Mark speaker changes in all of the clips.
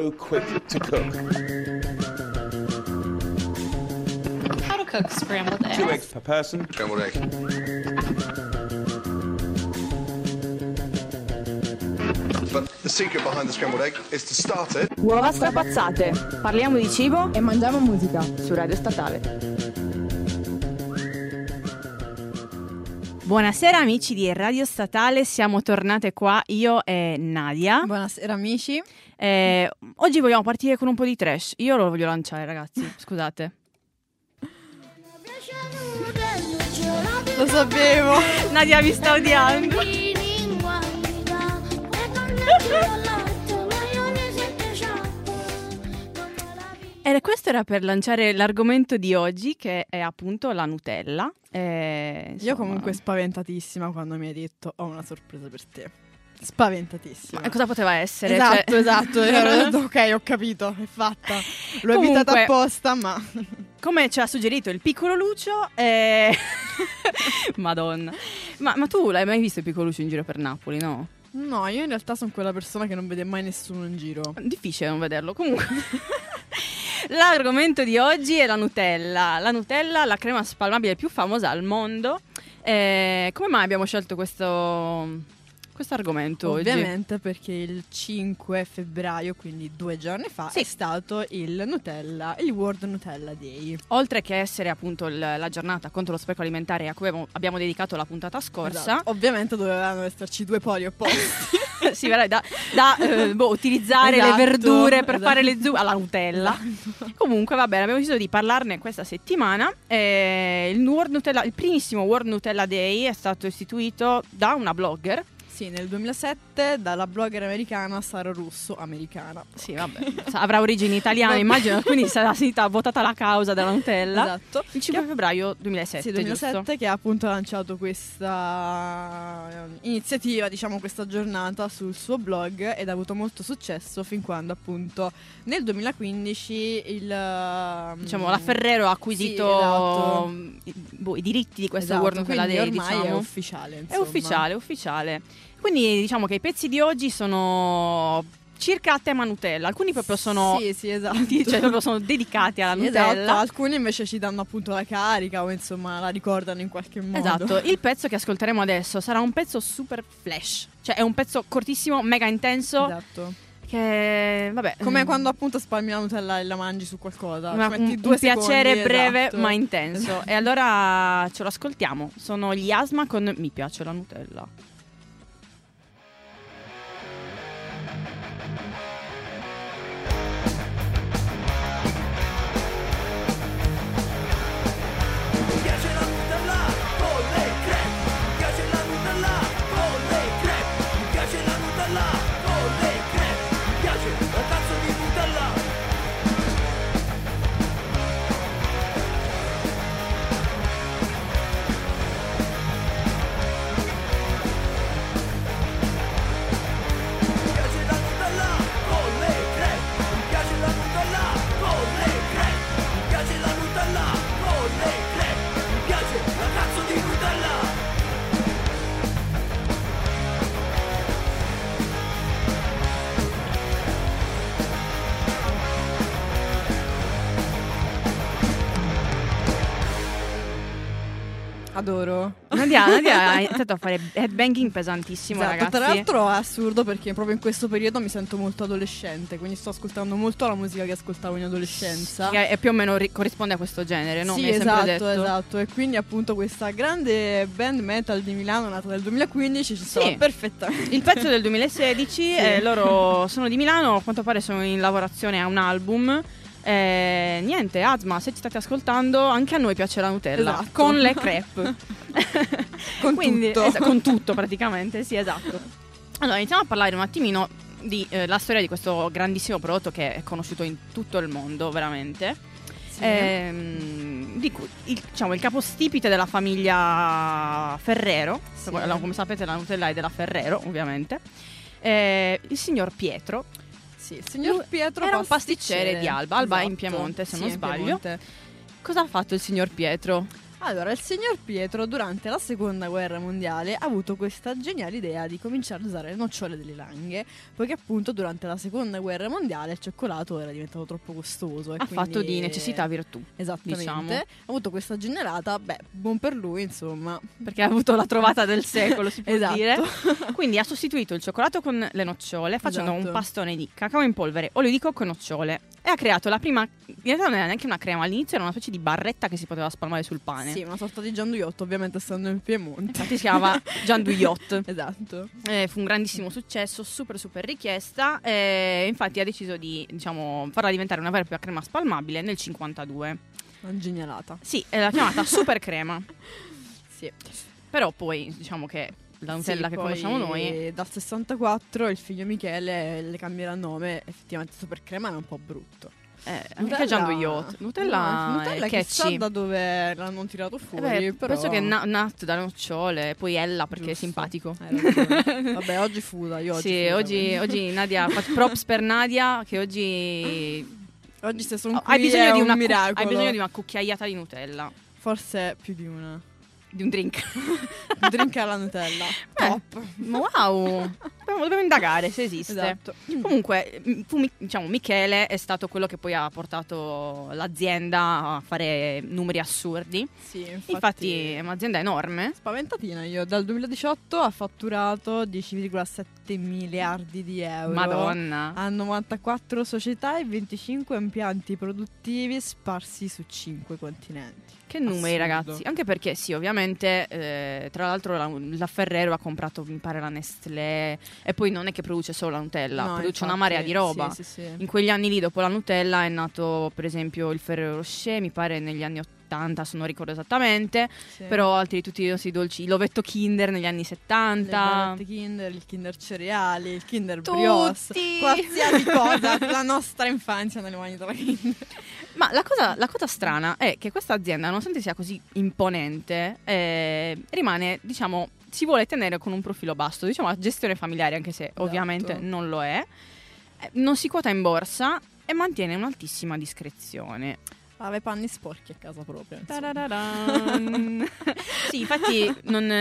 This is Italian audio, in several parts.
Speaker 1: so quick to cook.
Speaker 2: How to cook scrambled eggs?
Speaker 1: 2 eggs per person.
Speaker 3: Scrambled egg. But the secret behind the scrambled egg is to start it.
Speaker 4: Uova strapazzate. Parliamo di cibo
Speaker 5: e mangiamo musica
Speaker 4: su Radio Statale.
Speaker 6: Buonasera amici di Radio Statale, siamo tornate qua, io e Nadia.
Speaker 5: Buonasera amici.
Speaker 6: Oggi vogliamo partire con un po' di trash. Io lo voglio lanciare, ragazzi, scusate.
Speaker 5: Lo sapevo.
Speaker 6: Nadia mi sta odiando. E questo era per lanciare l'argomento di oggi, che è appunto la Nutella.
Speaker 5: Io comunque spaventatissima quando mi hai detto ho una sorpresa per te. Spaventatissima.
Speaker 6: Ma cosa poteva essere?
Speaker 5: Esatto. Io ero detto, ok, ho capito, è fatta. L'ho evitata apposta, ma...
Speaker 6: Come ci ha suggerito il piccolo Lucio, Madonna. Ma tu l'hai mai visto il piccolo Lucio in giro per Napoli, no?
Speaker 5: No, io in realtà sono quella persona che non vede mai nessuno in giro.
Speaker 6: Difficile non vederlo, comunque. L'argomento di oggi è la Nutella. La Nutella, la crema spalmabile più famosa al mondo. Come mai abbiamo scelto questo argomento oggi?
Speaker 5: Ovviamente perché il 5 febbraio, quindi 2 giorni fa,
Speaker 6: sì,
Speaker 5: è stato il World Nutella Day.
Speaker 6: Oltre che essere appunto la giornata contro lo spreco alimentare a cui abbiamo dedicato la puntata scorsa.
Speaker 5: Esatto. Ovviamente dovevano esserci 2 poli opposti.
Speaker 6: Sì, da utilizzare le verdure per fare le zuppe alla Nutella. Esatto. Comunque va bene, abbiamo deciso di parlarne questa settimana. Il primissimo World Nutella Day è stato istituito da una blogger.
Speaker 5: Sì, nel 2007 dalla blogger americana Sara Russo, americana.
Speaker 6: Sì, vabbè, avrà origini italiane, immagino, quindi sarà stata votata la causa della Nutella.
Speaker 5: Esatto.
Speaker 6: Il 5 febbraio 2007,
Speaker 5: sì, 2007,
Speaker 6: giusto?
Speaker 5: Che ha appunto lanciato questa iniziativa, diciamo questa giornata sul suo blog, ed ha avuto molto successo fin quando appunto nel 2015 la
Speaker 6: Ferrero ha acquisito,
Speaker 5: sì, esatto,
Speaker 6: i diritti di questo
Speaker 5: esatto,
Speaker 6: World Nutella Day,
Speaker 5: ormai
Speaker 6: diciamo.
Speaker 5: è ufficiale, insomma.
Speaker 6: È ufficiale. Quindi diciamo che i pezzi di oggi sono circa a tema Nutella. Alcuni proprio sono
Speaker 5: sì, esatto,
Speaker 6: cioè proprio sono dedicati alla Nutella.
Speaker 5: Esatto, alcuni invece ci danno appunto la carica o insomma la ricordano in qualche modo.
Speaker 6: Esatto, il pezzo che ascolteremo adesso sarà un pezzo super flash, cioè è un pezzo cortissimo, mega intenso.
Speaker 5: Esatto.
Speaker 6: Che vabbè,
Speaker 5: come quando appunto spalmi la Nutella e la mangi su qualcosa,
Speaker 6: un piacere
Speaker 5: secondi,
Speaker 6: breve,
Speaker 5: esatto,
Speaker 6: ma intenso. E allora ce lo ascoltiamo. Sono gli Asma con Mi piace la Nutella.
Speaker 5: Adoro.
Speaker 6: Nadia ha iniziato a fare headbanging pesantissimo,
Speaker 5: esatto,
Speaker 6: ragazzi.
Speaker 5: Tra l'altro è assurdo perché proprio in questo periodo mi sento molto adolescente, quindi sto ascoltando molto la musica che ascoltavo in adolescenza.
Speaker 6: E più o meno corrisponde a questo genere, no?
Speaker 5: Sì,
Speaker 6: Mi hai sempre detto.
Speaker 5: Esatto. E quindi appunto questa grande band metal di Milano nata nel 2015 ci stava perfettamente.
Speaker 6: Il pezzo del 2016,
Speaker 5: sì.
Speaker 6: Loro sono di Milano, a quanto pare sono in lavorazione a un album. Niente, Asma, se ci state ascoltando, anche a noi piace la Nutella,
Speaker 5: esatto,
Speaker 6: con le crepe.
Speaker 5: con tutto.
Speaker 6: Con tutto praticamente, sì, esatto. Allora iniziamo a parlare un attimino di la storia di questo grandissimo prodotto che è conosciuto in tutto il mondo, veramente.
Speaker 5: Sì.
Speaker 6: Di cui il capostipite della famiglia Ferrero, sì, come sapete la Nutella è della Ferrero, ovviamente, il signor Pietro.
Speaker 5: Sì, il signor Pietro
Speaker 6: era un pasticcere di Alba,
Speaker 5: esatto,
Speaker 6: in Piemonte, se non sbaglio.
Speaker 5: Piemonte.
Speaker 6: Cosa ha fatto il signor Pietro?
Speaker 5: Allora, il signor Pietro durante la seconda guerra mondiale ha avuto questa geniale idea di cominciare ad usare le nocciole delle langhe, poiché appunto durante la seconda guerra mondiale il cioccolato era diventato troppo costoso. E
Speaker 6: Ha
Speaker 5: quindi...
Speaker 6: fatto di necessità virtù.
Speaker 5: Esattamente.
Speaker 6: diciamo.
Speaker 5: Ha avuto questa genialata, buon per lui, insomma.
Speaker 6: Perché ha avuto la trovata del secolo, si può
Speaker 5: Esatto.
Speaker 6: dire. Quindi ha sostituito il cioccolato con le nocciole, facendo
Speaker 5: Esatto.
Speaker 6: un pastone di cacao in polvere, olio di cocco e nocciole. E ha creato la prima. In realtà non era neanche una crema, all'inizio era una specie di barretta che si poteva spalmare sul pane.
Speaker 5: Sì, una sorta di gianduiotto, ovviamente essendo in Piemonte.
Speaker 6: Infatti si chiamava Gianduiot.
Speaker 5: Esatto.
Speaker 6: Fu un grandissimo successo, super richiesta. E infatti ha deciso di, diciamo, farla diventare una vera e propria crema spalmabile nel 52.
Speaker 5: Una genialata.
Speaker 6: Sì, l'ha chiamata super crema.
Speaker 5: Sì.
Speaker 6: Però poi diciamo che la Nutella
Speaker 5: Sì,
Speaker 6: che
Speaker 5: poi
Speaker 6: conosciamo noi.
Speaker 5: dal 64 il figlio Michele le cambierà nome. Effettivamente super crema è un po' brutto.
Speaker 6: Anche Gianduiot. Nutella è
Speaker 5: chissà
Speaker 6: catchy.
Speaker 5: da dove l'hanno tirato fuori. Però...
Speaker 6: Penso che Nat dalle nocciole, poi Ella perché è
Speaker 5: Giusto.
Speaker 6: simpatico.
Speaker 5: Hai ragione. Vabbè, oggi fuda. Io
Speaker 6: Sì, oggi Nadia, props per Nadia che oggi
Speaker 5: Oggi se sono qui
Speaker 6: hai bisogno
Speaker 5: è
Speaker 6: di
Speaker 5: un
Speaker 6: una
Speaker 5: miracolo.
Speaker 6: hai bisogno di una cucchiaiata di Nutella,
Speaker 5: Forse più di una.
Speaker 6: di un drink.
Speaker 5: Un drink alla Nutella. Top.
Speaker 6: Wow. Dobbiamo indagare se esiste.
Speaker 5: Esatto.
Speaker 6: Comunque, diciamo, Michele è stato quello che poi ha portato l'azienda a fare numeri assurdi.
Speaker 5: Sì,
Speaker 6: Infatti è un'azienda enorme.
Speaker 5: spaventatina io. Dal 2018 ha fatturato 10,7 miliardi di euro.
Speaker 6: Madonna.
Speaker 5: Ha 94 società e 25 impianti produttivi sparsi su 5 continenti.
Speaker 6: Che numeri,
Speaker 5: Assurdo.
Speaker 6: ragazzi. Anche perché sì, ovviamente, tra l'altro la Ferrero ha comprato, mi pare, la Nestlé. E poi non è che produce solo la Nutella,
Speaker 5: No,
Speaker 6: produce una
Speaker 5: infatti,
Speaker 6: marea di roba.
Speaker 5: Sì, sì, sì.
Speaker 6: In quegli anni lì, dopo la Nutella, è nato per esempio il Ferrero Rocher, mi pare negli anni 80, se non ricordo esattamente.
Speaker 5: Sì.
Speaker 6: Però altri di tutti i nostri dolci, l'ovetto Kinder negli anni
Speaker 5: Le
Speaker 6: 70.
Speaker 5: barrette Kinder, il Kinder cereali, il Kinder
Speaker 6: Tutti!
Speaker 5: brioche, qualsiasi cosa, la nostra infanzia nelle mani della Kinder.
Speaker 6: Ma la cosa strana è che questa azienda, nonostante sia così imponente, rimane, diciamo, si vuole tenere con un profilo basso, diciamo la gestione familiare, anche se ovviamente non lo è. Non si quota in borsa e mantiene un'altissima discrezione.
Speaker 5: Aveva i panni sporchi a casa proprio. insomma.
Speaker 6: Tarararan. Sì, infatti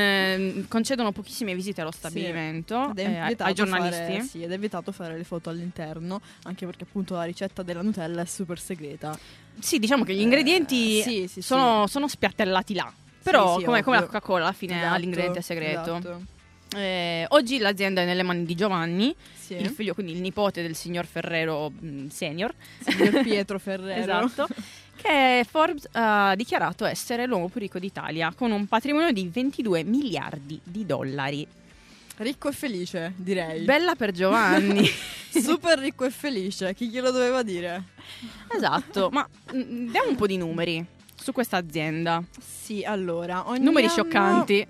Speaker 6: concedono pochissime visite allo stabilimento
Speaker 5: Ed è vietato
Speaker 6: ai giornalisti.
Speaker 5: fare, sì, ed è vietato fare le foto all'interno, anche perché appunto la ricetta della Nutella è super segreta.
Speaker 6: Sì, diciamo che gli ingredienti
Speaker 5: sì,
Speaker 6: sono spiattellati là. Però
Speaker 5: sì,
Speaker 6: come la
Speaker 5: ovvio.
Speaker 6: Coca-Cola alla fine ha
Speaker 5: Esatto,
Speaker 6: l'ingrediente segreto.
Speaker 5: esatto.
Speaker 6: Oggi l'azienda è nelle mani di Giovanni,
Speaker 5: Sì.
Speaker 6: il figlio, quindi il nipote del signor Ferrero senior.
Speaker 5: Signor Pietro Ferrero.
Speaker 6: Esatto. Che Forbes ha dichiarato essere l'uomo più ricco d'Italia, con un patrimonio di 22 miliardi di dollari.
Speaker 5: Ricco e felice, direi.
Speaker 6: Bella per Giovanni.
Speaker 5: Super ricco e felice, chi glielo doveva dire?
Speaker 6: Esatto, ma diamo un po' di numeri su questa azienda.
Speaker 5: Sì, allora, ogni
Speaker 6: Numeri
Speaker 5: anno-
Speaker 6: scioccanti.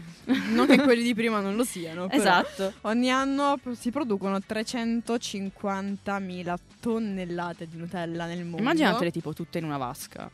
Speaker 5: Non che quelli di prima non lo siano, però
Speaker 6: Esatto.
Speaker 5: ogni anno si producono 350.000 tonnellate di Nutella nel mondo.
Speaker 6: Immaginatele tipo tutte in una vasca.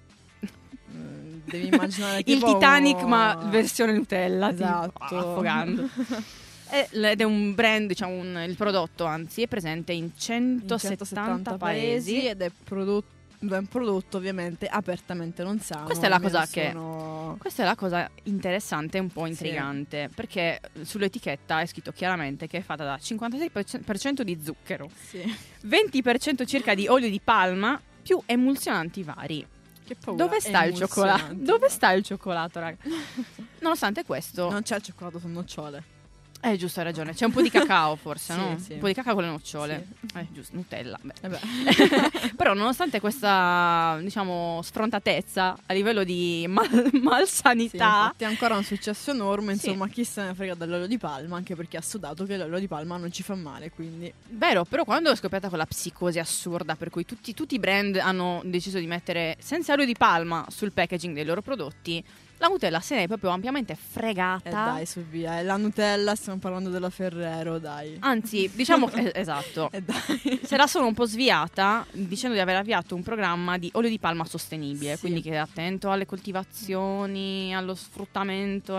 Speaker 5: Devi immaginare
Speaker 6: Il
Speaker 5: tipo
Speaker 6: Titanic ma versione Nutella,
Speaker 5: Esatto.
Speaker 6: tipo, affogando. Ed è un brand, diciamo, il prodotto anzi è presente in 170 paesi.
Speaker 5: ed è un prodotto ovviamente apertamente non sano.
Speaker 6: Questa è la
Speaker 5: almeno
Speaker 6: cosa che-
Speaker 5: sono-
Speaker 6: Questa è la cosa interessante e un po' intrigante, perché sull'etichetta è scritto chiaramente che è fatta da 56% di zucchero,
Speaker 5: Sì.
Speaker 6: 20% circa di olio di palma, più emulsionanti vari.
Speaker 5: Che paura.
Speaker 6: Dove sta il cioccolato?
Speaker 5: Emulsionante.
Speaker 6: Dove sta il cioccolato, raga? Nonostante questo,
Speaker 5: Non c'è il cioccolato, sono nocciole.
Speaker 6: giusto, hai ragione. C'è un po' di cacao, forse,
Speaker 5: Sì,
Speaker 6: no?
Speaker 5: sì.
Speaker 6: Un po' di cacao con le nocciole. Giusto, Nutella. Beh.
Speaker 5: Vabbè.
Speaker 6: Però, nonostante questa, diciamo, sfrontatezza a livello di
Speaker 5: Sì,
Speaker 6: malsanità,
Speaker 5: infatti è ancora un successo enorme,
Speaker 6: Sì.
Speaker 5: insomma, chi se ne frega dell'olio di palma, anche perché ha sudato che l'olio di palma non ci fa male, quindi
Speaker 6: vero, però quando ho scoperta quella psicosi assurda per cui tutti i brand hanno deciso di mettere senza olio di palma sul packaging dei loro prodotti, la Nutella se ne è proprio ampiamente fregata.
Speaker 5: dai, su via, è la Nutella, stiamo parlando della Ferrero, dai.
Speaker 6: Anzi, diciamo che esatto.
Speaker 5: Dai.
Speaker 6: Se la sono un po' sviata dicendo di aver avviato un programma di olio di palma sostenibile,
Speaker 5: Sì.
Speaker 6: quindi che è attento alle coltivazioni, allo sfruttamento.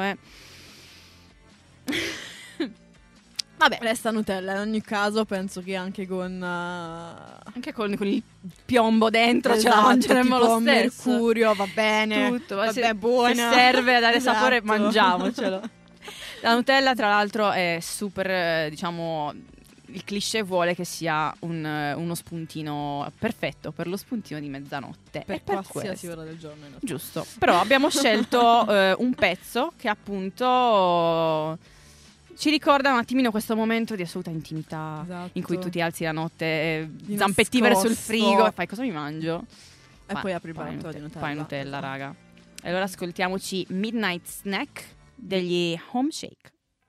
Speaker 6: Vabbè,
Speaker 5: Resta Nutella, in ogni caso penso che anche con
Speaker 6: Anche con il piombo dentro ce la
Speaker 5: Esatto,
Speaker 6: mangeremmo
Speaker 5: tipo
Speaker 6: lo stesso.
Speaker 5: mercurio, va bene.
Speaker 6: Tutto,
Speaker 5: vabbè,
Speaker 6: se
Speaker 5: buona.
Speaker 6: se serve a dare sapore,
Speaker 5: Esatto.
Speaker 6: mangiamocelo. La Nutella, tra l'altro, è super, diciamo, il cliché vuole che sia uno spuntino perfetto per lo spuntino di mezzanotte.
Speaker 5: Per
Speaker 6: E per
Speaker 5: qualsiasi
Speaker 6: questo-
Speaker 5: ora del giorno. in realtà.
Speaker 6: Giusto. Però abbiamo scelto un pezzo che appunto ci ricorda un attimino questo momento di assoluta intimità
Speaker 5: Esatto.
Speaker 6: in cui tu ti alzi la notte,
Speaker 5: Di
Speaker 6: zampettivere sul
Speaker 5: nascosto.
Speaker 6: frigo e fai cosa mi mangio?
Speaker 5: E poi apri il barattolo di Nutella.
Speaker 6: Poi Nutella, raga. E allora ascoltiamoci Midnight Snack degli Home Shake.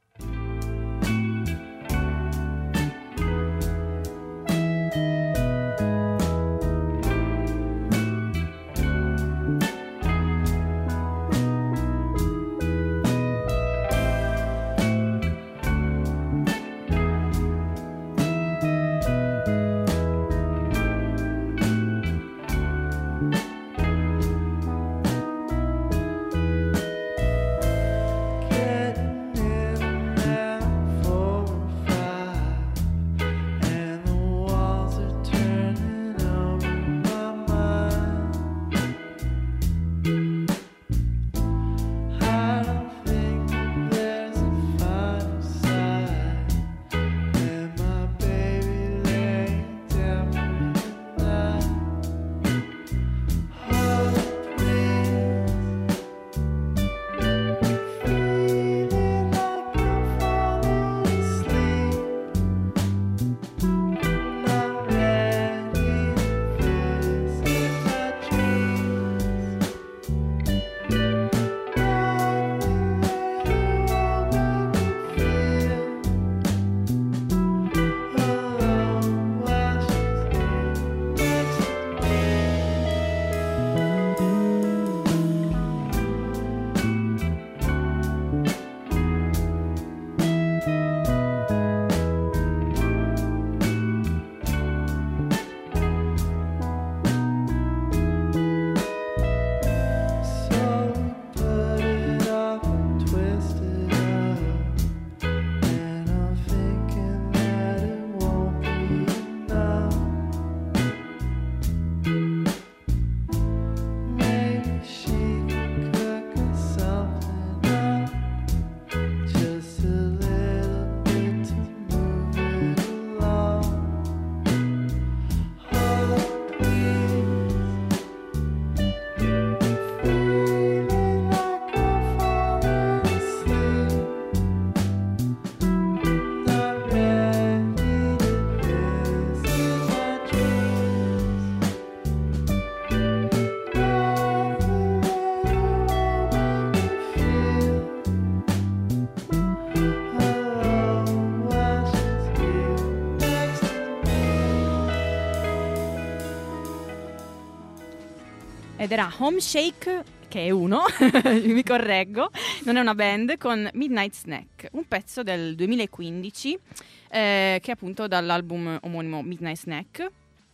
Speaker 6: Ed era Home Shake, che è uno, mi correggo, non è una band, con Midnight Snack, un pezzo del 2015 che è appunto dall'album omonimo Midnight Snack.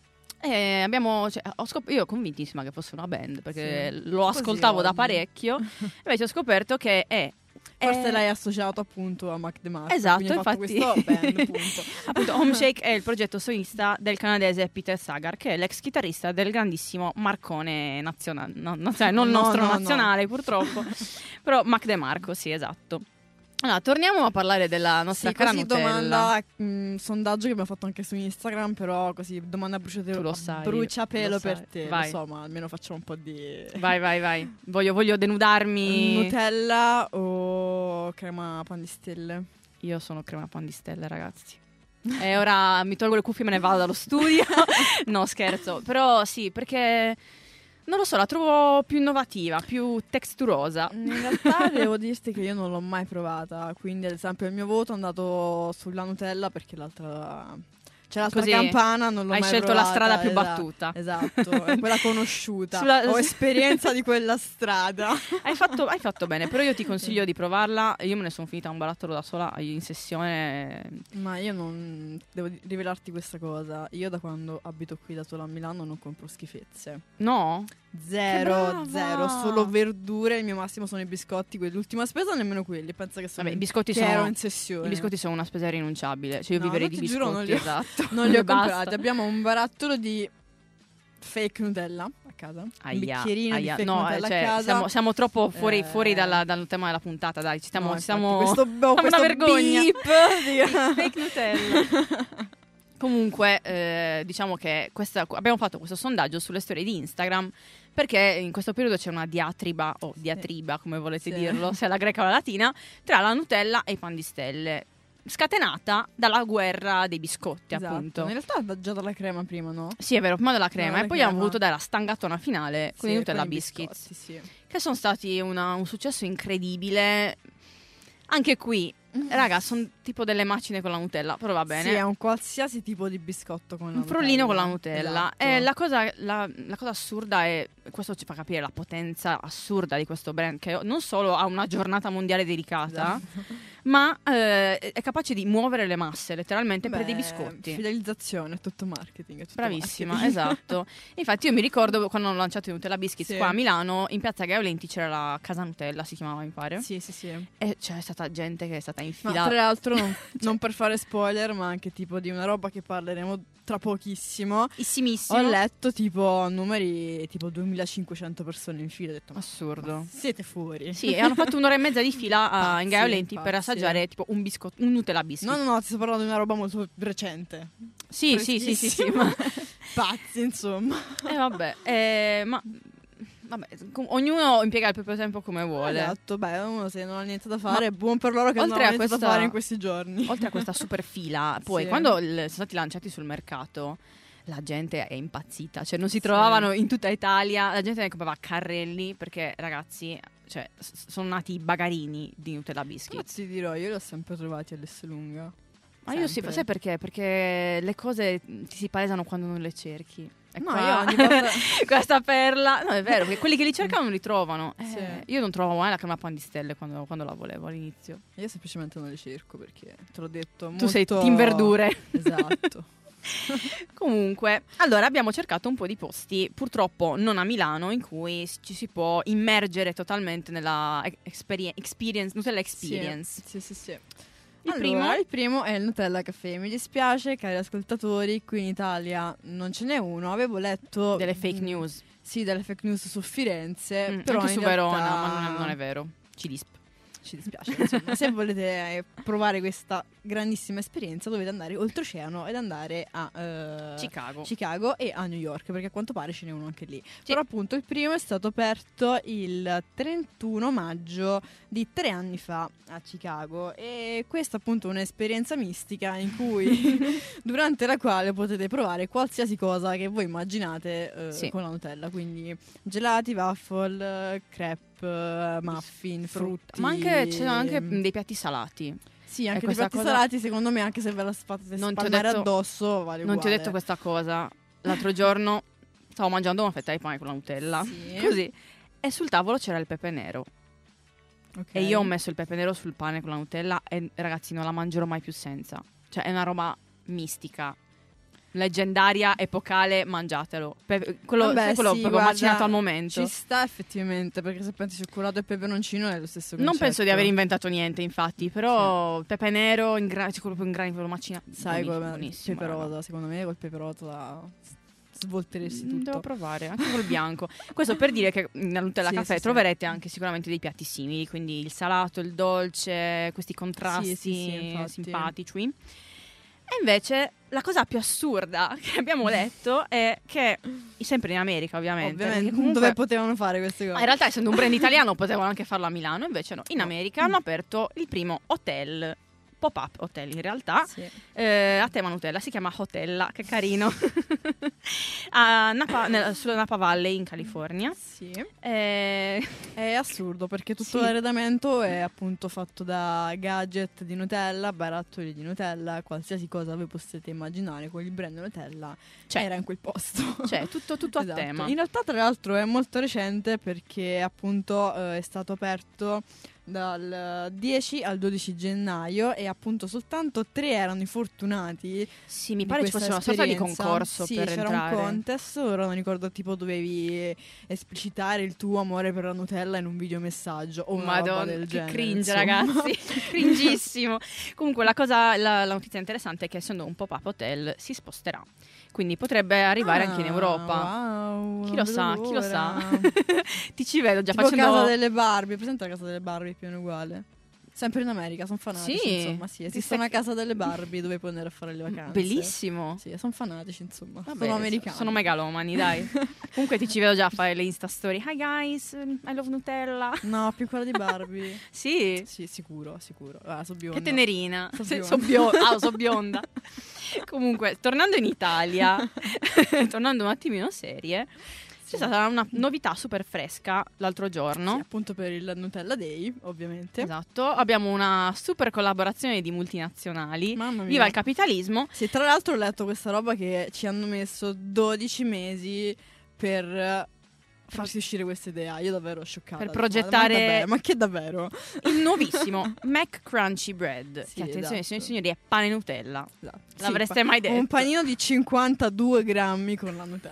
Speaker 6: E abbiamo, io ero convintissima che fosse una band perché lo
Speaker 5: Così
Speaker 6: ascoltavo da
Speaker 5: oggi.
Speaker 6: parecchio, invece ho scoperto che è
Speaker 5: Forse l'hai associato appunto a Mac DeMarco.
Speaker 6: Esatto,
Speaker 5: quindi hai fatto
Speaker 6: infatti.
Speaker 5: questo band, appunto.
Speaker 6: Appunto, Home Shake è il progetto solista del canadese Peter Sagar, che è l'ex chitarrista del grandissimo Marcone nazionale, non il nostro nazionale purtroppo, però Mac DeMarco, sì, esatto. Allora, torniamo a parlare della nostra cara
Speaker 5: così
Speaker 6: Nutella.
Speaker 5: domanda, sondaggio che abbiamo fatto anche su Instagram, però così domanda
Speaker 6: Tu lo sai,
Speaker 5: bruciapelo
Speaker 6: lo
Speaker 5: per
Speaker 6: sai.
Speaker 5: te,
Speaker 6: Vai.
Speaker 5: lo so, ma almeno facciamo un po' di
Speaker 6: Vai. Voglio denudarmi.
Speaker 5: Nutella o crema pan di stelle?
Speaker 6: Io sono crema pan di stelle, ragazzi. E ora mi tolgo le cuffie e me ne vado dallo studio. No, scherzo. Però sì, perché non lo so, la trovo più innovativa, più texturosa.
Speaker 5: In realtà devo dirti che io non l'ho mai provata, quindi ad esempio il mio voto è andato sulla Nutella perché l'altra c'è l'altra
Speaker 6: Così
Speaker 5: campana, non l'ho
Speaker 6: hai
Speaker 5: mai
Speaker 6: scelto
Speaker 5: provata.
Speaker 6: la strada più battuta.
Speaker 5: Esatto, è quella conosciuta.
Speaker 6: Sulla-
Speaker 5: Ho esperienza di quella strada.
Speaker 6: Hai fatto bene, però io ti consiglio di provarla. Io me ne sono finita un barattolo da sola in sessione.
Speaker 5: Ma io non devo rivelarti questa cosa. Io da quando abito qui da sola a Milano non compro schifezze.
Speaker 6: No?
Speaker 5: Zero,
Speaker 6: Che brava!
Speaker 5: zero, solo verdure. Il mio massimo sono i biscotti, quell'ultima spesa nemmeno quelli. Pensa che sono
Speaker 6: Vabbè, i biscotti
Speaker 5: che
Speaker 6: sono
Speaker 5: ero in sessione.
Speaker 6: I biscotti sono una spesa irrinunciabile. Cioè io
Speaker 5: No,
Speaker 6: viverei
Speaker 5: no,
Speaker 6: di
Speaker 5: ti giuro, non
Speaker 6: biscotti,
Speaker 5: li ho.
Speaker 6: esatto.
Speaker 5: Non li ho
Speaker 6: Basta.
Speaker 5: comprati. Abbiamo un barattolo di fake Nutella a casa. Un bicchierino di fake Nutella a casa.
Speaker 6: Siamo troppo fuori dal tema della puntata, dai, ci stiamo
Speaker 5: questo
Speaker 6: una vergogna.
Speaker 5: beep
Speaker 6: Fake Nutella. Comunque, diciamo che abbiamo fatto questo sondaggio sulle storie di Instagram perché in questo periodo c'è una diatriba come volete dirlo, sia la greca o la latina, tra la Nutella e i pan di stelle, scatenata dalla guerra dei biscotti, appunto.
Speaker 5: In realtà è già dalla crema prima, no?
Speaker 6: Sì, è vero, prima della crema,
Speaker 5: Dalla
Speaker 6: e poi
Speaker 5: crema.
Speaker 6: abbiamo voluto dare la stangatona finale con i Nutella
Speaker 5: con i
Speaker 6: Biscuits,
Speaker 5: biscotti, sì.
Speaker 6: che sono stati un successo incredibile. Anche qui, raga, sono tipo delle macine con la Nutella, però va bene.
Speaker 5: Sì, è un qualsiasi tipo di biscotto con la
Speaker 6: Un
Speaker 5: Nutella.
Speaker 6: frullino con la Nutella.
Speaker 5: Esatto.
Speaker 6: E la cosa assurda è, questo ci fa capire la potenza assurda di questo brand, che non solo ha una giornata mondiale dedicata,
Speaker 5: Esatto.
Speaker 6: ma è capace di muovere le masse letteralmente per dei
Speaker 5: Beh,
Speaker 6: biscotti.
Speaker 5: Fidelizzazione, è tutto marketing. È tutto
Speaker 6: Bravissima,
Speaker 5: marketing.
Speaker 6: esatto. Infatti io mi ricordo quando hanno lanciato i Nutella Biscuits
Speaker 5: Sì.
Speaker 6: qua a Milano, in piazza Gaolenti c'era la Casa Nutella, si chiamava, mi pare.
Speaker 5: Sì, sì, sì.
Speaker 6: E c'è stata gente che è stata
Speaker 5: Ma
Speaker 6: infilata.
Speaker 5: tra l'altro, non per fare spoiler, ma anche tipo di una roba che parleremo tra pochissimo.
Speaker 6: Issimissimo.
Speaker 5: Ho letto tipo numeri tipo 2500 persone in fila. Ho detto, ma
Speaker 6: Assurdo.
Speaker 5: siete fuori?
Speaker 6: Sì, e hanno fatto un'ora e mezza di fila
Speaker 5: Pazzi,
Speaker 6: in Gaolenti per
Speaker 5: pazzi.
Speaker 6: assaggiare tipo un Nutella Biscuit.
Speaker 5: No, ti sto parlando di una roba molto recente.
Speaker 6: Sì.
Speaker 5: Freschissima. Pazzi, insomma.
Speaker 6: E vabbè, ma vabbè, ognuno impiega il proprio tempo come vuole.
Speaker 5: Esatto, beh, uno se non ha niente da fare, è buon per loro che non
Speaker 6: oltre
Speaker 5: ha
Speaker 6: a
Speaker 5: niente da
Speaker 6: questa-
Speaker 5: fare in questi giorni.
Speaker 6: Oltre a questa super fila, poi
Speaker 5: Sì.
Speaker 6: quando sono stati lanciati sul mercato, la gente è impazzita, cioè non si trovavano in tutta Italia, la gente ne comprava a carrelli perché ragazzi, cioè sono nati i bagarini di Nutella
Speaker 5: Però
Speaker 6: Biscuits.
Speaker 5: ti dirò, io li ho sempre trovati all'Esselunga.
Speaker 6: Ma io sì,
Speaker 5: Sempre.
Speaker 6: sai perché? Perché le cose ti si palesano quando non le cerchi. E
Speaker 5: No,
Speaker 6: qua-
Speaker 5: io ogni volta...
Speaker 6: questa perla, no, è vero, perché quelli che li cercano non li trovano.
Speaker 5: Sì.
Speaker 6: Io non trovavo mai la crema pan di stelle quando la volevo all'inizio.
Speaker 5: Io semplicemente non li cerco perché te l'ho detto.
Speaker 6: Tu sei
Speaker 5: molto-
Speaker 6: team verdure.
Speaker 5: Esatto.
Speaker 6: Comunque, allora abbiamo cercato un po' di posti, purtroppo non a Milano, in cui ci si può immergere totalmente nella experience, Nutella Experience.
Speaker 5: Sì.
Speaker 6: Il
Speaker 5: Il primo è il Nutella Caffè. Mi dispiace, cari ascoltatori, qui in Italia non ce n'è uno. Avevo letto
Speaker 6: Delle fake news.
Speaker 5: Sì, delle fake news su Firenze, però
Speaker 6: anche
Speaker 5: in
Speaker 6: su Verona,
Speaker 5: realtà
Speaker 6: ma non è vero. Ci disp.
Speaker 5: Ci dispiace, insomma. Se volete provare questa grandissima esperienza dovete andare oltreoceano ed andare a Chicago e a New York, perché a quanto pare ce n'è uno anche lì. Però appunto il primo è stato aperto il 31 maggio di 3 anni fa a Chicago, e questa appunto è un'esperienza mistica in cui durante la quale potete provare qualsiasi cosa che voi immaginate con la Nutella, quindi gelati, waffle, crepe, muffin, frutti.
Speaker 6: Ma anche ci sono anche dei piatti salati.
Speaker 5: Sì, anche dei
Speaker 6: questa
Speaker 5: piatti
Speaker 6: cosa-
Speaker 5: salati, secondo me, anche se ve la fate
Speaker 6: Non ti ho
Speaker 5: spalmare
Speaker 6: detto-
Speaker 5: addosso, vale
Speaker 6: Non ti ho
Speaker 5: uguale.
Speaker 6: detto questa cosa. L'altro giorno stavo mangiando una fetta di pane con la Nutella.
Speaker 5: Sì.
Speaker 6: Così. E sul tavolo c'era il pepe nero.
Speaker 5: Ok.
Speaker 6: E io ho messo il pepe nero sul pane con la Nutella e ragazzi non la mangerò mai più senza. Cioè è una roba mistica. Leggendaria, epocale, mangiatelo. Quello,
Speaker 5: Vabbè,
Speaker 6: sai quello
Speaker 5: sì,
Speaker 6: proprio
Speaker 5: guarda,
Speaker 6: macinato al momento.
Speaker 5: Ci sta effettivamente, perché se pensi cioccolato e peperoncino è lo stesso concetto.
Speaker 6: Non penso di aver inventato niente, infatti, però pepe nero in grani, cioè quello proprio in grani, quello macinato.
Speaker 5: Sai come
Speaker 6: buonissimo,
Speaker 5: pepe
Speaker 6: raga.
Speaker 5: rosa, secondo me col pepe rosa svolteresti tutto.
Speaker 6: Devo provare anche col bianco. Questo per dire che nella Nutella
Speaker 5: Sì,
Speaker 6: Caffè
Speaker 5: sì,
Speaker 6: troverete anche sicuramente dei piatti simili, quindi il salato, il dolce, questi contrasti
Speaker 5: Sì, infatti.
Speaker 6: simpatici. E invece la cosa più assurda che abbiamo letto è che, sempre in America ovviamente,
Speaker 5: Ovviamente,
Speaker 6: perché comunque-
Speaker 5: dove potevano fare queste cose?
Speaker 6: ma in realtà essendo un brand italiano potevano anche farlo a Milano, invece no, in America hanno aperto il primo hotel, pop-up hotel in realtà,
Speaker 5: Sì.
Speaker 6: a tema Nutella, si chiama Hotella, che carino, a sulla Napa Valley in California.
Speaker 5: Sì.
Speaker 6: Eh,
Speaker 5: È assurdo perché tutto
Speaker 6: Sì.
Speaker 5: l'arredamento è appunto fatto da gadget di Nutella, barattoli di Nutella, qualsiasi cosa voi possiate immaginare con il brand Nutella era in quel posto.
Speaker 6: cioè tutto a
Speaker 5: Esatto.
Speaker 6: tema.
Speaker 5: In realtà tra l'altro è molto recente perché appunto è stato aperto dal 10 al 12 gennaio e appunto soltanto 3 erano i fortunati.
Speaker 6: Sì, mi
Speaker 5: di
Speaker 6: pare ci
Speaker 5: questa
Speaker 6: fosse una sorta di
Speaker 5: esperienza.
Speaker 6: concorso
Speaker 5: sì,
Speaker 6: per
Speaker 5: c'era
Speaker 6: entrare.
Speaker 5: un contest, ora non ricordo, tipo dovevi esplicitare il tuo amore per la Nutella in un videomessaggio o una roba
Speaker 6: Madonna,
Speaker 5: del
Speaker 6: che
Speaker 5: genere,
Speaker 6: cringe,
Speaker 5: insomma.
Speaker 6: ragazzi. Cringissimo. Comunque la notizia interessante è che essendo un pop-up hotel si sposterà. Quindi potrebbe arrivare anche in Europa.
Speaker 5: Wow,
Speaker 6: Chi
Speaker 5: non
Speaker 6: lo
Speaker 5: vedo
Speaker 6: sa, chi lo sa.
Speaker 5: l'ora.
Speaker 6: Ti ci vedo già
Speaker 5: Tipo
Speaker 6: facendo
Speaker 5: Casa delle Barbie, presente la Casa delle Barbie più o meno uguale? Sempre in America, sono fanatici,
Speaker 6: Sì.
Speaker 5: insomma, sì, esiste
Speaker 6: Chissà
Speaker 5: una
Speaker 6: che-
Speaker 5: Casa delle Barbie dove puoi andare a fare le vacanze.
Speaker 6: Bellissimo.
Speaker 5: Sì, sono fanatici, insomma.
Speaker 6: Vabbè,
Speaker 5: sono americani.
Speaker 6: sono megalomani, dai. Comunque ti ci vedo già a fare le Insta story. Hi guys, I love Nutella.
Speaker 5: No, più quella di Barbie.
Speaker 6: Sì.
Speaker 5: Sì, sicuro. Ah, so bionda.
Speaker 6: Che tenerina.
Speaker 5: So bionda.
Speaker 6: So bionda. Comunque, tornando in Italia, tornando un attimino serie, c'è stata una novità super fresca l'altro giorno.
Speaker 5: Sì, appunto per il Nutella Day, ovviamente.
Speaker 6: Esatto, abbiamo una super collaborazione di multinazionali.
Speaker 5: Mamma mia.
Speaker 6: Viva il capitalismo!
Speaker 5: Sì, tra l'altro ho letto questa roba che ci hanno messo 12 mesi per farsi uscire questa idea. Io davvero scioccata.
Speaker 6: Per progettare-
Speaker 5: Ma che davvero?
Speaker 6: Il nuovissimo Mac Crunchy Bread.
Speaker 5: Sì,
Speaker 6: Che attenzione,
Speaker 5: esatto.
Speaker 6: signori e signori, è pane Nutella.
Speaker 5: Esatto.
Speaker 6: L'avreste mai detto?
Speaker 5: Un panino di 52 grammi con la Nutella.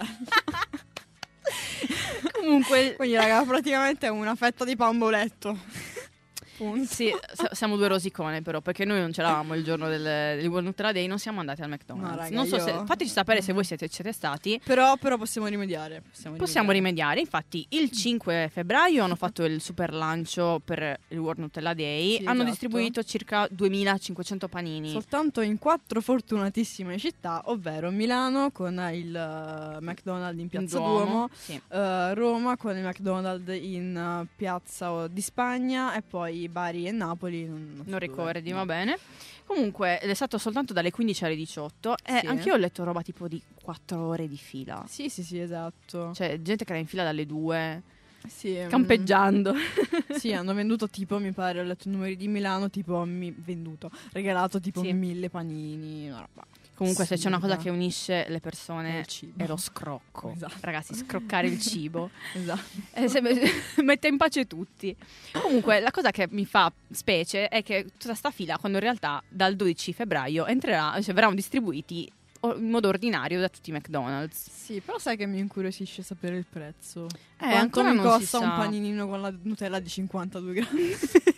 Speaker 6: Comunque,
Speaker 5: Quindi, raga, praticamente è una fetta di pamboletto. Punto.
Speaker 6: sì, siamo due rosicone però, perché noi non c'eravamo il giorno del World Nutella Day, non siamo andati al McDonald's.
Speaker 5: No, raga,
Speaker 6: non so
Speaker 5: io-
Speaker 6: se, fateci sapere se voi siete stati.
Speaker 5: Però possiamo rimediare.
Speaker 6: Possiamo rimediare. Infatti, il 5 febbraio hanno fatto il super lancio per il World Nutella Day.
Speaker 5: Sì,
Speaker 6: Hanno
Speaker 5: esatto.
Speaker 6: distribuito circa 2500 panini.
Speaker 5: Soltanto in 4 fortunatissime città, ovvero Milano con il McDonald's in Piazza Duomo,
Speaker 6: Sì.
Speaker 5: Roma con il McDonald's in Piazza di Spagna e poi Bari e Napoli. Non so
Speaker 6: Non
Speaker 5: dove.
Speaker 6: ricordi,
Speaker 5: No.
Speaker 6: va bene. Comunque è stato soltanto dalle 15 alle 18 e
Speaker 5: Sì.
Speaker 6: anch'io ho letto roba tipo di 4 ore di fila.
Speaker 5: Sì, esatto.
Speaker 6: Cioè, gente che era in fila dalle 2,
Speaker 5: Sì,
Speaker 6: campeggiando.
Speaker 5: Sì, hanno venduto tipo, mi pare, ho letto i numeri di Milano, tipo regalato tipo
Speaker 6: Sì.
Speaker 5: 1000 panini, una roba.
Speaker 6: Comunque se c'è una cosa
Speaker 5: assurda.
Speaker 6: che unisce le
Speaker 5: È
Speaker 6: persone
Speaker 5: il cibo.
Speaker 6: è lo scrocco.
Speaker 5: Esatto.
Speaker 6: Ragazzi, scroccare il cibo.
Speaker 5: Esatto.
Speaker 6: Mette in pace tutti. Comunque la cosa che mi fa specie è che tutta sta fila, quando in realtà dal 12 febbraio verranno distribuiti in modo ordinario da tutti i McDonald's.
Speaker 5: Sì, però sai che mi incuriosisce sapere il prezzo. Quanto
Speaker 6: ancora
Speaker 5: mi
Speaker 6: non
Speaker 5: costa
Speaker 6: si
Speaker 5: un
Speaker 6: sa.
Speaker 5: paninino con la Nutella di 52 grammi?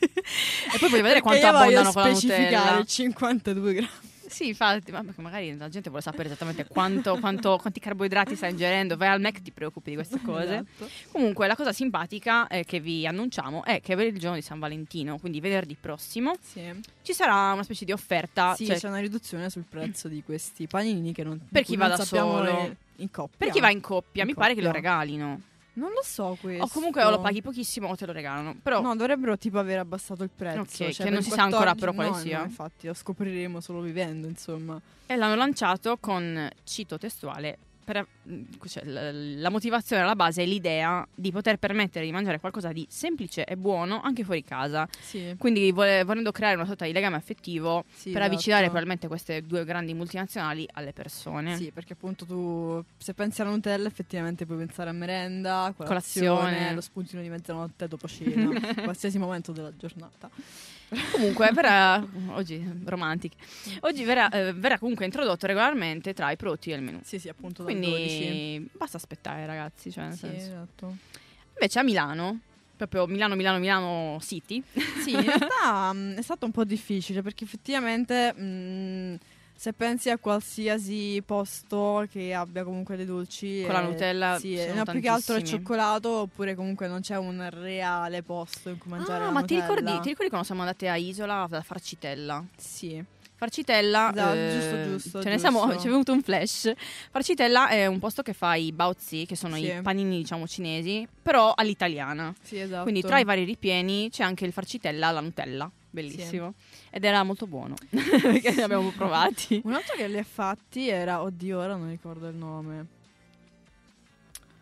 Speaker 6: E poi puoi vedere
Speaker 5: Perché
Speaker 6: quanto
Speaker 5: io voglio
Speaker 6: abbondano con la
Speaker 5: specificare
Speaker 6: Nutella.
Speaker 5: 52 grammi.
Speaker 6: Sì, infatti, ma perché magari la gente vuole sapere esattamente quanti carboidrati sta ingerendo. Vai al Mac, ti preoccupi di queste cose.
Speaker 5: Esatto.
Speaker 6: Comunque, la cosa simpatica che vi annunciamo è che per il giorno di San Valentino, quindi venerdì prossimo,
Speaker 5: Sì,
Speaker 6: ci sarà una specie di offerta.
Speaker 5: sì,
Speaker 6: cioè,
Speaker 5: c'è una riduzione sul prezzo di questi panini che non
Speaker 6: Per chi va
Speaker 5: non
Speaker 6: da
Speaker 5: sappiamo
Speaker 6: solo.
Speaker 5: in coppia.
Speaker 6: per chi va in coppia,
Speaker 5: In
Speaker 6: mi pare che lo
Speaker 5: coppia.
Speaker 6: regalino.
Speaker 5: Non lo so questo.
Speaker 6: O comunque o lo paghi pochissimo o te lo regalano. Però
Speaker 5: No, dovrebbero tipo aver abbassato il prezzo.
Speaker 6: Ok,
Speaker 5: cioè
Speaker 6: che
Speaker 5: per
Speaker 6: non si sa ancora
Speaker 5: 14
Speaker 6: però quale
Speaker 5: no,
Speaker 6: sia.
Speaker 5: No, infatti, lo scopriremo solo vivendo, insomma.
Speaker 6: e l'hanno lanciato con, cito testuale, cioè, la motivazione alla base è l'idea di poter permettere di mangiare qualcosa di semplice e buono anche fuori casa.
Speaker 5: Sì.
Speaker 6: Quindi volendo creare una sorta di legame affettivo
Speaker 5: Sì,
Speaker 6: per
Speaker 5: esatto.
Speaker 6: avvicinare probabilmente queste due grandi multinazionali alle persone.
Speaker 5: Sì, perché appunto tu, se pensi alla Nutella, effettivamente puoi pensare a merenda,
Speaker 6: Colazione.
Speaker 5: colazione, lo spuntino di mezzanotte dopo cena, qualsiasi momento della giornata.
Speaker 6: Comunque verrà oggi romantic. Oggi verrà comunque introdotto regolarmente tra i prodotti del menù.
Speaker 5: Sì, sì, appunto dal 12.
Speaker 6: Quindi basta aspettare, ragazzi, cioè nel
Speaker 5: Sì,
Speaker 6: senso.
Speaker 5: esatto.
Speaker 6: Invece a Milano, proprio Milano City,
Speaker 5: Sì, in realtà è stato un po' difficile perché effettivamente se pensi a qualsiasi posto che abbia comunque dei dolci
Speaker 6: Con la Nutella
Speaker 5: sì,
Speaker 6: sono
Speaker 5: no, più che altro è
Speaker 6: tantissimi.
Speaker 5: cioccolato oppure comunque non c'è un reale posto in cui mangiare la
Speaker 6: ma ti
Speaker 5: Nutella.
Speaker 6: ricordi quando siamo andate a Isola da Farcitella?
Speaker 5: Sì.
Speaker 6: Farcitella,
Speaker 5: Esatto, giusto,
Speaker 6: ce ne
Speaker 5: giusto.
Speaker 6: ci è venuto un flash. Farcitella è un posto che fa i baozi, che sono
Speaker 5: Sì.
Speaker 6: i panini diciamo cinesi, però all'italiana.
Speaker 5: Sì, esatto.
Speaker 6: Quindi tra i vari ripieni c'è anche il farcitella alla Nutella, bellissimo. Ed era molto buono, perché li abbiamo provati.
Speaker 5: Un altro che li ha fatti era, oddio, ora non ricordo il nome.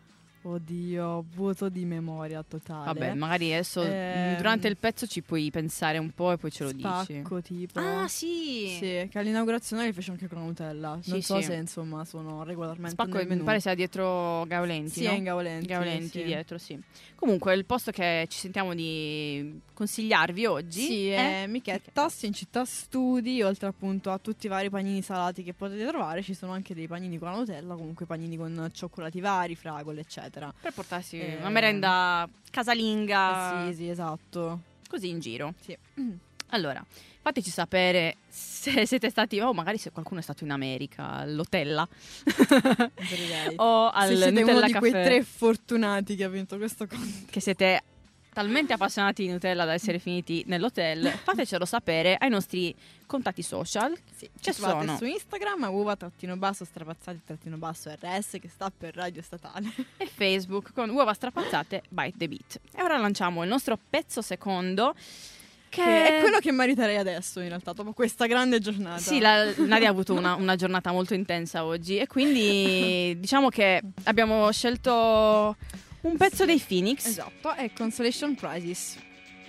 Speaker 5: Oddio, vuoto di memoria totale.
Speaker 6: Vabbè, magari adesso durante il pezzo ci puoi pensare un po' e poi ce lo dici.
Speaker 5: Spacco, tipo.
Speaker 6: Ah, sì.
Speaker 5: Sì, che all'inaugurazione li fece anche con la Nutella.
Speaker 6: Sì,
Speaker 5: Non so
Speaker 6: sì.
Speaker 5: se insomma sono regolarmente
Speaker 6: Spacco,
Speaker 5: nel
Speaker 6: mi
Speaker 5: menù.
Speaker 6: pare sia dietro Gaolenti,
Speaker 5: Sì,
Speaker 6: no?
Speaker 5: è in Gaolenti.
Speaker 6: Gaolenti
Speaker 5: sì.
Speaker 6: dietro, sì. Comunque, il posto che ci sentiamo di consigliarvi oggi
Speaker 5: Sì, è Michettas in città studi, oltre appunto a tutti i vari panini salati che potete trovare, ci sono anche dei panini con la Nutella, comunque panini con cioccolati vari, fragole, eccetera.
Speaker 6: per portarsi una merenda casalinga,
Speaker 5: Sì, esatto.
Speaker 6: così in giro.
Speaker 5: Sì.
Speaker 6: Allora, fateci sapere se siete stati, o magari se qualcuno è stato in America, all'Hotella o al
Speaker 5: Se siete
Speaker 6: Nutella
Speaker 5: uno di
Speaker 6: Caffè,
Speaker 5: quei 3 fortunati che ha vinto questo conto.
Speaker 6: che siete talmente appassionati di Nutella da essere finiti nell'hotel, fatecelo sapere ai nostri contatti social.
Speaker 5: Sì,
Speaker 6: Che
Speaker 5: ci trovate
Speaker 6: sono?
Speaker 5: su Instagram uova-strapazzati-RS che sta per Radio Statale.
Speaker 6: E Facebook con Uova Strapazzate Bite the Beat. E ora lanciamo il nostro pezzo secondo, che
Speaker 5: Che è quello che meriterei adesso in realtà, dopo questa grande giornata.
Speaker 6: Sì, Nadia ha avuto una giornata molto intensa oggi e quindi diciamo che abbiamo scelto un pezzo dei Phoenix.
Speaker 5: Esatto, è Consolation Prizes.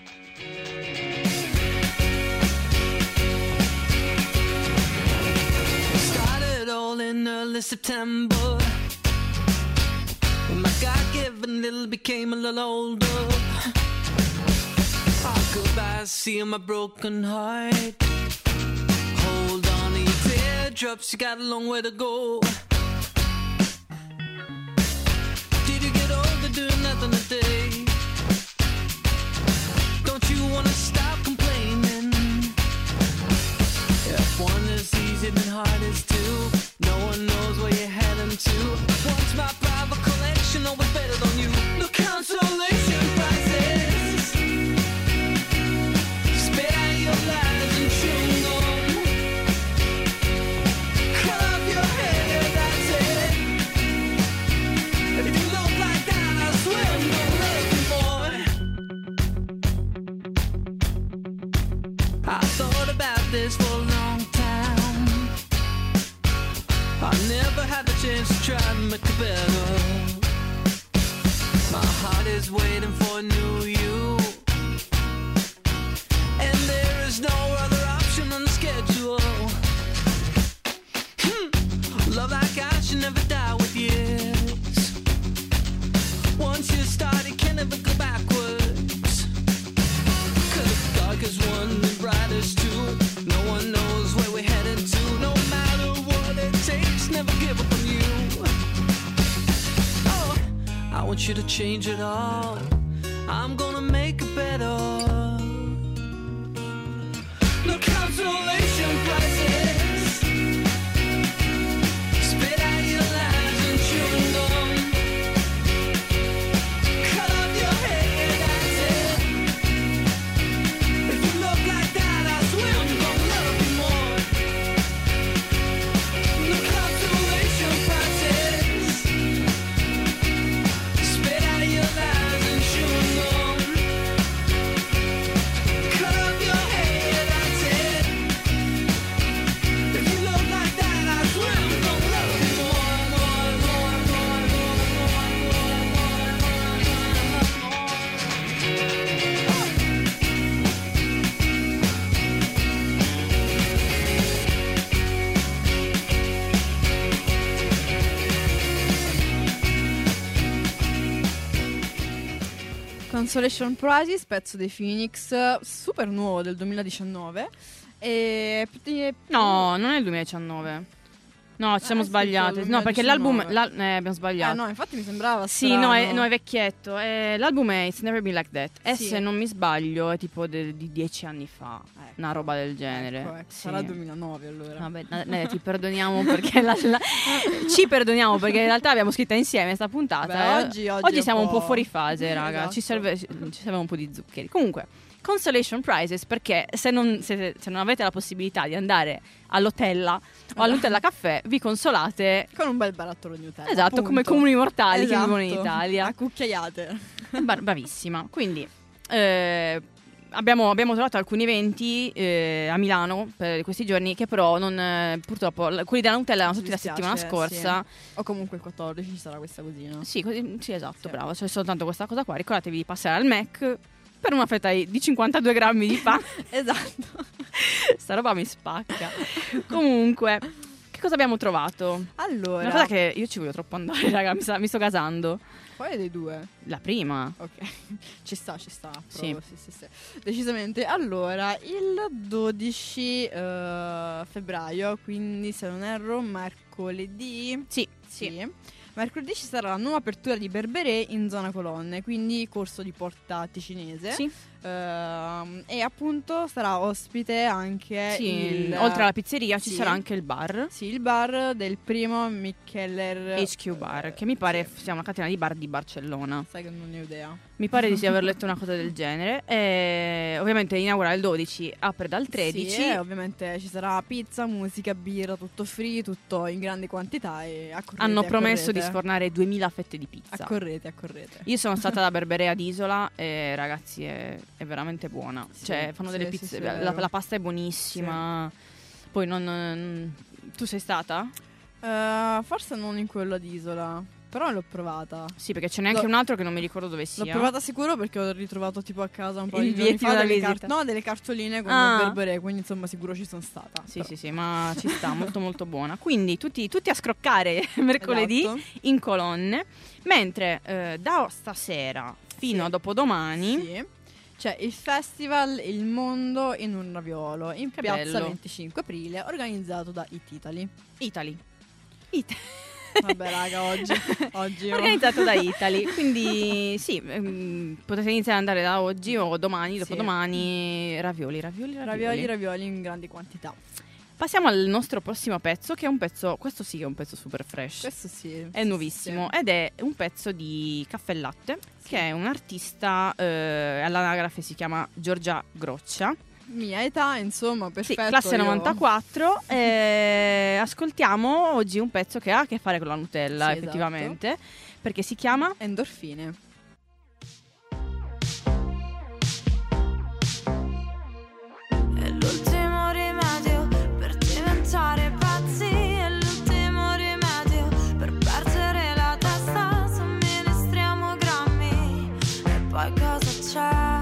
Speaker 7: Started all in early September when my God-given little became a little older. Oh, goodbye, seeing my broken heart. Hold on to your teardrops, you got a long way to go. Did you get older doing nothing today? Don't you wanna stop complaining? If one is easy, then hard is two. No one knows where you're heading to. Once my private collection always better than you. No consolation prizes. Spit out your lies and chew them. Cut off your hair, that's it. If you look like that, I swear I'm gonna love you more. I thought about this for a long time. I never had the chance to try and make it better. My heart is waiting for a new you, and there is no other option on the schedule. Love like I should never die with years. Once you start, it can never go backwards. Cause the dark is one, the bright is two. No one knows where we're headed to. No matter what it takes, never give up on you. Oh, I want you to change it all. I'm gonna make it better. No consolation prizes. Spit out your lies and chew them. Cut off your hair, that's it. If you look like that, I swear I'm gonna love you more. No consolation prizes. Spit out your lies and chew them. Cut off your hair, that's it. If you look like that, I swear I'm gonna love you more, more, more, more, more,
Speaker 5: Consolation Prizes, pezzo dei Phoenix, super nuovo del 2019.
Speaker 6: No, non è il 2019. No, ci siamo
Speaker 5: sì,
Speaker 6: sbagliate.
Speaker 5: il
Speaker 6: No, perché l'album
Speaker 5: 2019.
Speaker 6: abbiamo sbagliato.
Speaker 5: no, infatti mi sembrava
Speaker 6: Sì,
Speaker 5: strano.
Speaker 6: no, è vecchietto. L'album è It's Never Been Like That. E
Speaker 5: Sì.
Speaker 6: se non mi sbaglio è tipo di 10 anni fa.
Speaker 5: Ecco.
Speaker 6: Una roba del genere.
Speaker 5: Ecco,
Speaker 6: Sì.
Speaker 5: sarà 2009 allora.
Speaker 6: Vabbè, ti perdoniamo perché ci perdoniamo perché in realtà abbiamo scritta insieme sta puntata.
Speaker 5: Beh, oggi è
Speaker 6: siamo un po'
Speaker 5: po'
Speaker 6: fuori fase, raga.
Speaker 5: Esatto.
Speaker 6: Ci serve un po' di zuccheri. Comunque, Consolation Prizes, perché se non avete la possibilità di andare all'Hotella o all'Hotella Caffè, vi consolate
Speaker 5: Con un bel barattolo di Nutella.
Speaker 6: esatto,
Speaker 5: appunto.
Speaker 6: come comuni mortali che
Speaker 5: Esatto.
Speaker 6: vivono in Italia.
Speaker 5: A cucchiaiate.
Speaker 6: Bravissima. Quindi abbiamo trovato alcuni eventi a Milano per questi giorni che però non, purtroppo quelli della Nutella erano tutti la settimana scorsa.
Speaker 5: Sì. O comunque il 14 ci sarà questa cosina.
Speaker 6: Sì, sì, esatto,
Speaker 5: Sì.
Speaker 6: bravo. C'è soltanto questa cosa qua. Ricordatevi di passare al Mac per una fetta di 52 grammi di pane.
Speaker 5: Esatto.
Speaker 6: Sta roba mi spacca. Comunque, che cosa abbiamo trovato?
Speaker 5: Allora,
Speaker 6: Una cosa che io ci voglio troppo andare, raga, mi sto gasando.
Speaker 5: quale dei due?
Speaker 6: La prima.
Speaker 5: Ok, ci sta.
Speaker 6: Sì.
Speaker 5: Sì. Decisamente. Allora, il 12 febbraio, quindi se non erro, mercoledì.
Speaker 6: Sì.
Speaker 5: Mercoledì ci sarà la nuova apertura di Berberè in zona Colonne, quindi corso di Porta Ticinese.
Speaker 6: Sì.
Speaker 5: E appunto sarà ospite anche
Speaker 6: Sì, oltre alla pizzeria ci
Speaker 5: Sì.
Speaker 6: sarà anche il bar.
Speaker 5: Sì, il bar del primo Micheller
Speaker 6: HQ Bar, che mi pare sia una catena di bar di Barcellona.
Speaker 5: Sai che non ne ho idea.
Speaker 6: Mi pare di aver letto una cosa del genere. E ovviamente inaugura il 12, apre dal 13.
Speaker 5: Sì, e ovviamente ci sarà pizza, musica, birra, tutto free, tutto in grandi quantità e accorrete.
Speaker 6: Hanno promesso di
Speaker 5: accorrete.
Speaker 6: sfornare 2000 fette di pizza.
Speaker 5: Accorrete.
Speaker 6: Io sono stata da Berberè ad Isola e ragazzi è veramente buona.
Speaker 5: Sì,
Speaker 6: Cioè fanno delle
Speaker 5: sì,
Speaker 6: pizze,
Speaker 5: sì,
Speaker 6: la pasta è buonissima. Poi non tu sei stata?
Speaker 5: Forse non in quello ad Isola, però l'ho provata.
Speaker 6: Sì, perché ce n'è anche un altro che non mi ricordo dove sia.
Speaker 5: L'ho provata sicuro perché ho ritrovato tipo a casa un po'
Speaker 6: Il
Speaker 5: di giorni
Speaker 6: bigliettino
Speaker 5: fa
Speaker 6: da
Speaker 5: delle,
Speaker 6: visita.
Speaker 5: delle cartoline con
Speaker 6: Ah.
Speaker 5: il Berberè, quindi insomma sicuro ci sono stata.
Speaker 6: Sì,
Speaker 5: però.
Speaker 6: sì, ma ci sta, molto molto buona. Quindi tutti a scroccare mercoledì
Speaker 5: Esatto.
Speaker 6: in Colonne, mentre da stasera fino
Speaker 5: Sì.
Speaker 6: a dopodomani
Speaker 5: Sì. C'è il festival Il Mondo in un Raviolo in
Speaker 6: Che
Speaker 5: piazza
Speaker 6: bello.
Speaker 5: 25 aprile, organizzato da It Italy.
Speaker 6: Italy.
Speaker 5: Vabbè raga, oggi
Speaker 6: Organizzato da Italy, quindi sì, potete iniziare ad andare da oggi o domani,
Speaker 5: Sì.
Speaker 6: dopodomani. Ravioli.
Speaker 5: ravioli in grandi quantità.
Speaker 6: Passiamo al nostro prossimo pezzo, che è un pezzo, questo sì che è un pezzo super fresh.
Speaker 5: Questo sì.
Speaker 6: È nuovissimo ed è un pezzo di Caffè Latte, che è un artista, all'anagrafe si chiama Giorgia Groccia.
Speaker 5: Mia età, insomma,
Speaker 6: Sì,
Speaker 5: perfetto.
Speaker 6: classe
Speaker 5: io-
Speaker 6: 94. Ascoltiamo oggi un pezzo che ha a che fare con la Nutella,
Speaker 5: Sì,
Speaker 6: effettivamente, perché si chiama
Speaker 5: Endorfine.
Speaker 8: È l'ultimo rimedio per diventare pazzi, è l'ultimo rimedio per perdere la testa, somministriamo grammi e poi cosa c'è?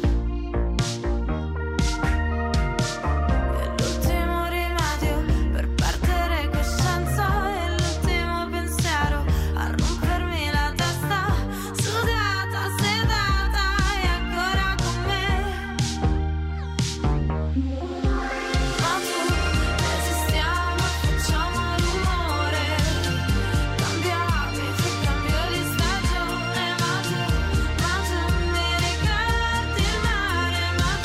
Speaker 8: È l'ultimo rimedio per perdere coscienza, è l'ultimo pensiero a rompermi la testa, sudata, sedata e ancora con me. Ma tu resistiamo, facciamo rumore, cambia abito, cambio di stagione, ma tu mi ricordi il mare, ma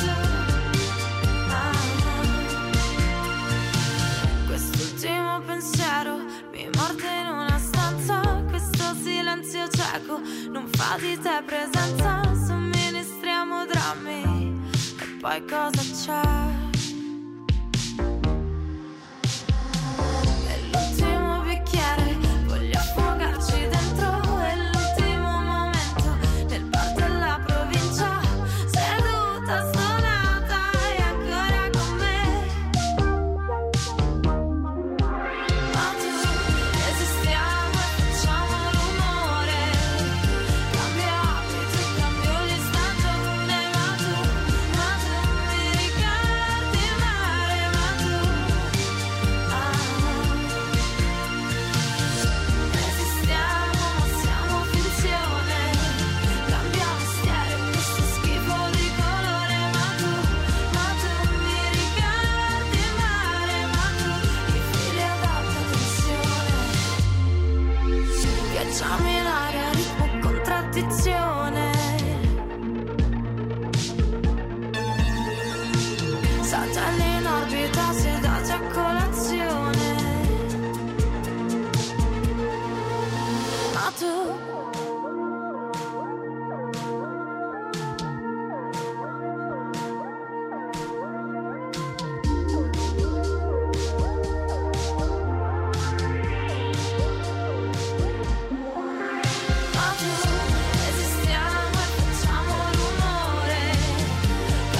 Speaker 8: tu quest'ultimo pensiero mi morde in una stanza, questo silenzio cieco non fa di te presenza, somministriamo drammi e poi cosa c'è? È l'ultimo bicchiere, voglio affogarci dentro, è l'ultimo momento nel bar della provincia, seduta stonata e ancora con me. Ma tu resistiamo e facciamo rumore, cambio abito, cambio di stagione, ma tu mi ricordi il mare, ma tu resistiamo ma siamo finzione, cambiamo mestiere, questo schifo di colore, ma tu mi ricordi il mare, ma tu i fili ad alta tensione, viaggiamo in aria, ritmo contraddizione, satelliti in orbita, sedati a colazione, ma tu resistiamo e facciamo rumore,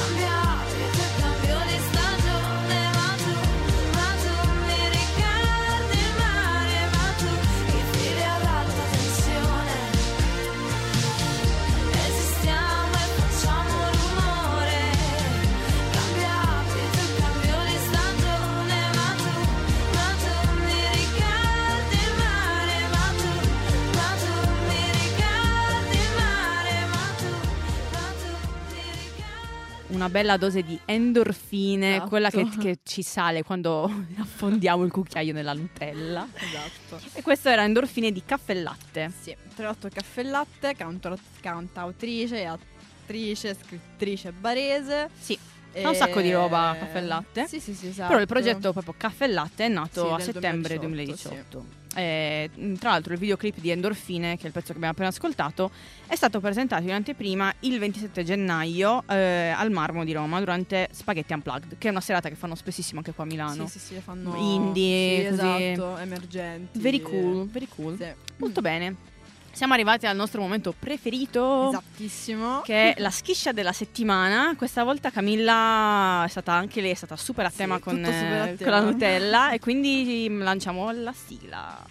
Speaker 6: una bella dose di endorfine,
Speaker 5: Esatto.
Speaker 6: quella che ci sale quando affondiamo il cucchiaio nella Nutella.
Speaker 5: Esatto.
Speaker 6: E questo era endorfine di caffè e latte.
Speaker 5: Sì, 38 caffè e latte, cantautrice, attrice, scrittrice barese.
Speaker 6: Sì, fa un sacco di roba, caffè e latte.
Speaker 5: Sì, esatto.
Speaker 6: Però il progetto proprio Caffè e Latte è nato
Speaker 5: Sì,
Speaker 6: a
Speaker 5: nel
Speaker 6: settembre 2018. Tra l'altro il videoclip di Endorfine, che è il pezzo che abbiamo appena ascoltato, è stato presentato in anteprima il 27 gennaio al Marmo di Roma durante Spaghetti Unplugged, che è una serata che fanno spessissimo anche qua a Milano.
Speaker 5: Sì, le fanno
Speaker 6: Indie,
Speaker 5: sì,
Speaker 6: così.
Speaker 5: esatto, emergenti.
Speaker 6: Very cool, very cool.
Speaker 5: Sì.
Speaker 6: Molto bene. Siamo arrivati al nostro momento preferito,
Speaker 5: Esattissimo.
Speaker 6: che è la schiscia della settimana. Questa volta Camilla è stata anche lei, è stata super a tema con
Speaker 5: tutto super a
Speaker 6: con
Speaker 5: tema.
Speaker 6: la Nutella, e quindi lanciamo la sigla.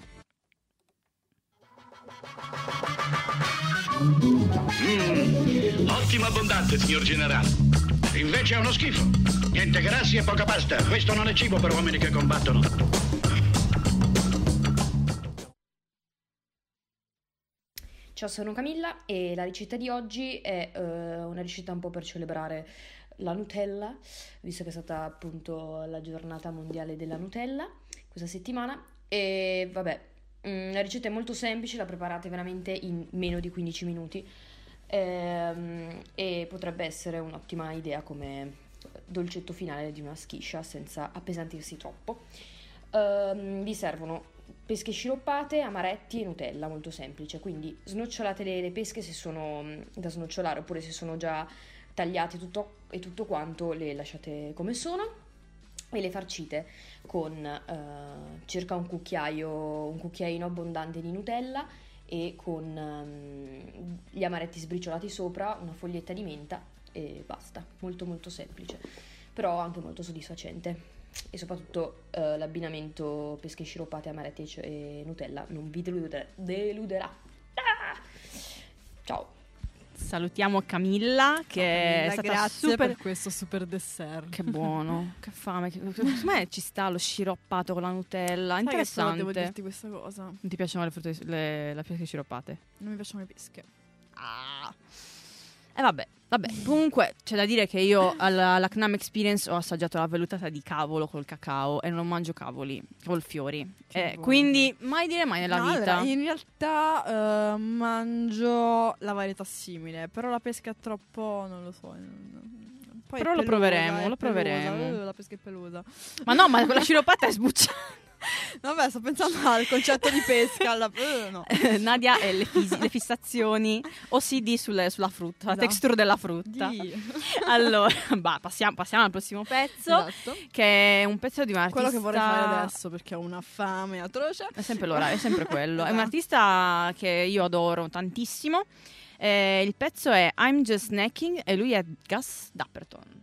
Speaker 9: Ottimo abbondante, signor generale. Invece è uno schifo. Niente grassi e poca pasta. Questo non è cibo per uomini che combattono.
Speaker 10: Ciao, sono Camilla e la ricetta di oggi è una ricetta un po' per celebrare la Nutella, visto che è stata appunto la giornata mondiale della Nutella questa settimana. E vabbè, la ricetta è molto semplice, la preparate veramente in meno di 15 minuti e potrebbe essere un'ottima idea come dolcetto finale di una schiscia senza appesantirsi troppo. Vi servono pesche sciroppate, amaretti e Nutella, molto semplice. Quindi snocciolate le pesche se sono da snocciolare, oppure se sono già tagliate tutto quanto le lasciate come sono e le farcite con circa un cucchiaino abbondante di Nutella e con gli amaretti sbriciolati sopra, una foglietta di menta e basta. Molto molto semplice, però anche molto soddisfacente. E soprattutto l'abbinamento pesche sciroppate, amaretti e Nutella non vi deluderà. Ciao.
Speaker 6: Salutiamo Camilla, che è stata
Speaker 5: grazie
Speaker 6: super
Speaker 5: per questo super dessert.
Speaker 6: Che buono, che fame. Secondo me ci sta lo sciroppato con la Nutella.
Speaker 5: Sai che
Speaker 6: Interessante.
Speaker 5: devo dirti questa cosa.
Speaker 6: Non ti piacciono le pesche sciroppate?
Speaker 5: Non mi piacciono le pesche.
Speaker 6: Vabbè. Comunque c'è da dire che io alla CNAM Experience ho assaggiato la vellutata di cavolo col cacao e non mangio cavolfiori. Quindi mai dire mai nella vita.
Speaker 5: Allora, in realtà mangio la varietà simile, però la pesca è troppo, non lo so. Poi
Speaker 6: Però lo proveremo.
Speaker 5: La pesca è pelosa.
Speaker 6: Ma no, ma quella sciroppata è sbucciata.
Speaker 5: Vabbè, sto pensando al concetto di pesca. No.
Speaker 6: Nadia e le fissazioni OCD sulla frutta, la
Speaker 5: Esatto.
Speaker 6: texture della frutta. Allora, passiamo al prossimo pezzo,
Speaker 5: Esatto.
Speaker 6: che è un pezzo di un artista.
Speaker 5: Quello che vorrei fare adesso perché ho una fame atroce.
Speaker 6: È sempre l'ora, è sempre quello. È un
Speaker 5: Esatto.
Speaker 6: artista che io adoro tantissimo. Il pezzo è I'm Just Snacking e lui è Gus Dapperton.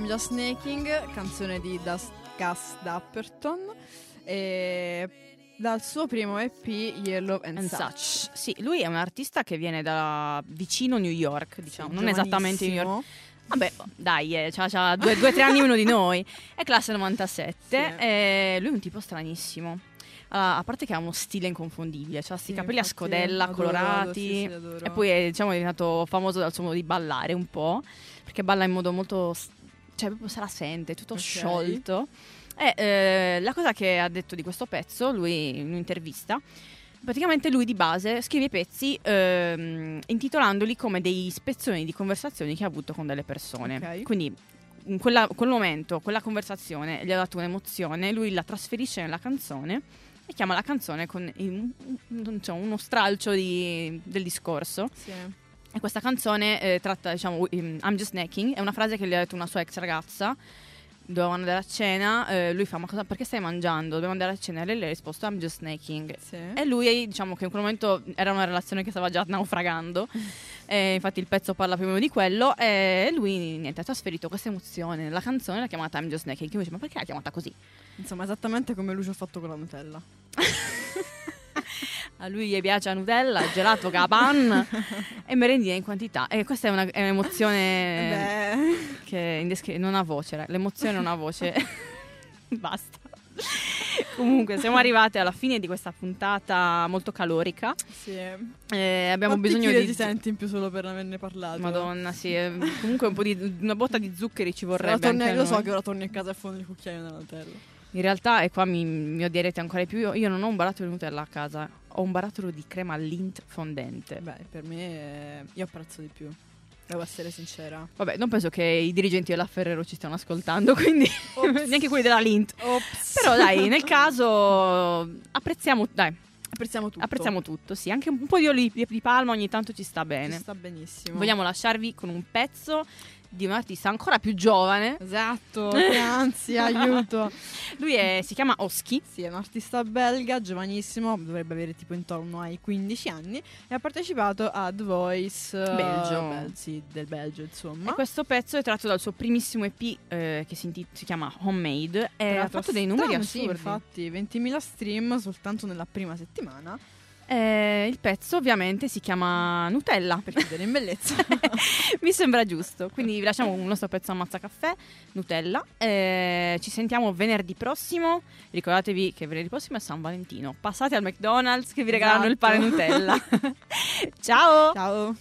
Speaker 5: I'm Just Snaking, canzone di Gus Dapperton, e dal suo primo EP Yellow and Such.
Speaker 6: Sì, lui è un artista che viene da vicino New York, diciamo, non esattamente New York. Vabbè, dai, c'ha 2-3 anni meno di noi. È classe 97.
Speaker 5: Sì.
Speaker 6: E lui è un tipo stranissimo. A parte che ha uno stile inconfondibile, ha questi capelli a scodella, colorati. E poi è, diciamo, è diventato famoso dal suo modo di ballare un po', perché balla in modo molto, cioè proprio se la sente, tutto sciolto. E la cosa che ha detto di questo pezzo, lui in un'intervista, praticamente lui di base scrive i pezzi intitolandoli come dei spezzoni di conversazioni che ha avuto con delle persone.
Speaker 5: Ok.
Speaker 6: Quindi in quel momento, quella conversazione gli ha dato un'emozione, lui la trasferisce nella canzone e chiama la canzone con uno stralcio del discorso.
Speaker 5: Sì.
Speaker 6: E questa canzone tratta, diciamo, I'm just snacking, è una frase che gli ha detto una sua ex ragazza. Dovevano andare a cena, lui fa: ma cosa, perché stai mangiando? Dobbiamo andare a cena. E lei le ha risposto: I'm just snacking.
Speaker 5: Sì.
Speaker 6: E lui, diciamo che in quel momento era una relazione che stava già naufragando, e infatti il pezzo parla più o meno di quello. E lui, niente, ha trasferito questa emozione nella canzone, l'ha chiamata I'm just snacking. Io mi dice: ma perché l'ha chiamata così?
Speaker 5: Insomma, esattamente come lui ci ha fatto con la Nutella.
Speaker 6: A lui gli piace la Nutella, il gelato capan e merendine in quantità. E questa è un'emozione che non ha voce. L'emozione non ha voce. Basta. Comunque siamo arrivate alla fine di questa puntata molto calorica.
Speaker 5: Sì.
Speaker 6: Abbiamo bisogno di...
Speaker 5: ti senti in più solo per averne parlato.
Speaker 6: Madonna, sì. Comunque una botta di zuccheri ci vorrebbe anche a
Speaker 5: Lo so
Speaker 6: noi.
Speaker 5: che ora torni a casa e fondi il cucchiaio nella Nutella.
Speaker 6: In realtà, e qua mi odierete ancora di più, io non ho un barattolo di Nutella a casa, ho un barattolo di crema Lindt fondente.
Speaker 5: Beh, per me io apprezzo di più, devo essere sincera.
Speaker 6: Vabbè, non penso che i dirigenti della Ferrero ci stiano ascoltando, quindi neanche quelli della Lindt. Però dai, nel caso apprezziamo tutto, sì, anche un po' di olio di palma ogni tanto ci sta bene.
Speaker 5: Ci sta benissimo.
Speaker 6: Vogliamo lasciarvi con un pezzo di un artista ancora più giovane.
Speaker 5: Esatto, che ansia, aiuto.
Speaker 6: Lui si chiama Oski.
Speaker 5: Sì, è un artista belga, giovanissimo, dovrebbe avere tipo intorno ai 15 anni e ha partecipato a The Voice
Speaker 6: Belgio.
Speaker 5: del Belgio, insomma.
Speaker 6: E questo pezzo è tratto dal suo primissimo EP che si chiama Homemade e ha fatto dei numeri assurdi.
Speaker 5: Sì, infatti, 20.000 stream soltanto nella prima settimana.
Speaker 6: Il pezzo ovviamente si chiama Nutella,
Speaker 5: per chiudere in bellezza.
Speaker 6: Mi sembra giusto. Quindi vi lasciamo un nostro pezzo Ammazza Caffè, Nutella. Ci sentiamo venerdì prossimo. Ricordatevi che venerdì prossimo è San Valentino. Passate al McDonald's che vi regalano il pane Nutella. Ciao.
Speaker 5: Ciao.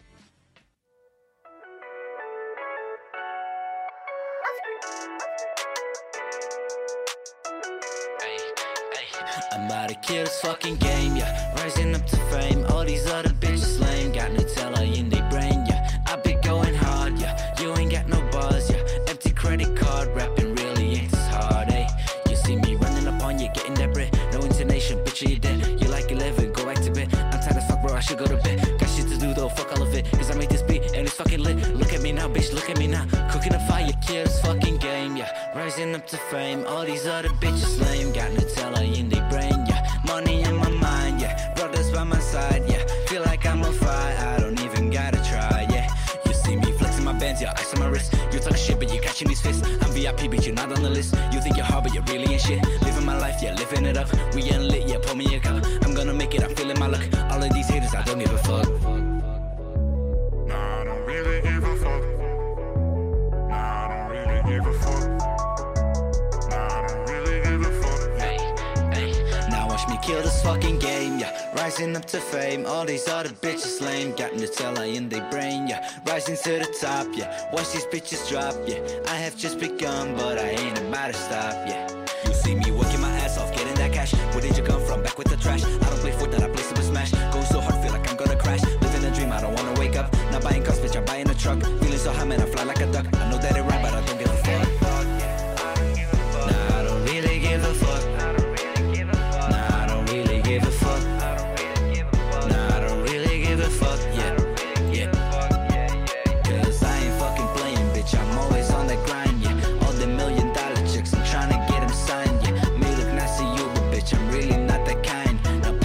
Speaker 7: I'm about to kill this fucking game, yeah. Rising up to fame, all these other bitches lame. Got Nutella in their brain, yeah. I been going hard, yeah. You ain't got no buzz, yeah. Empty credit card, rapping really ain't this hard, eh. You see me running up on you, getting that bread. No intonation, bitch, you dead. You like 11, go back to bed. I'm tired as fuck, bro, I should go to bed. Got shit to do though, fuck all of it. Cause I made this beat and it's fucking lit. Look at me now, bitch, look at me now. Cooking a fire, kill this fucking game, yeah. Rising up to fame, all these other bitches lame. Got Nutella in their brain, yeah. Money in my mind, yeah. Brothers by my side, yeah. Feel like I'm on fire, I don't even gotta try, yeah. You see me flexing my bands, yeah, ice on my wrist. You talk shit, but you catching these fists. I'm VIP, but you're not on the list. You think you're hard, but you really ain't shit. Living my life, yeah, living it up. We ain't lit, yeah, pour me a cup. I'm gonna make it, I'm feeling my luck. All of these haters, I don't give a fuck.
Speaker 11: Nah, I don't really give a fuck. Nah, I don't really give a fuck.
Speaker 7: Kill this fucking game, yeah. Rising up to fame, all these other bitches lame. Got Nutella in their brain, yeah. Rising to the top, yeah. Watch these bitches drop, yeah. I have just begun, but I ain't about to stop, yeah. You see me working my ass off, getting that cash. Where did you come from? Back with the trash. I don't play Fortnite, I play Super Smash. Going so hard, feel like I'm gonna crash. Living a dream, I don't wanna wake up. Not buying cars, bitch, I'm buying a truck. Feeling so high, man, I fly like a duck. I know that it right, but I don't give a fuck. Nah, I don't really give a fuck. Give a fuck. Nah, I don't really give a fuck, yeah, yeah. Cause I ain't fucking playing, bitch, I'm always on the grind, yeah. All the $1 million chicks, I'm tryna get them signed, yeah. Me look nice to you, but bitch, I'm really not that kind. Now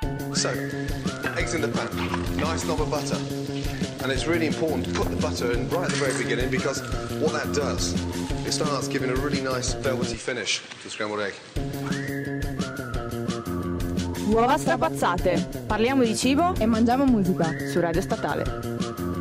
Speaker 3: So, eggs in the pan, nice knob of butter. And it's really important to put the butter in right at the very beginning because what that does, it starts giving a really nice velvety finish to the scrambled egg.
Speaker 4: Uova strapazzate. Parliamo di cibo e mangiamo musica su Radio Statale.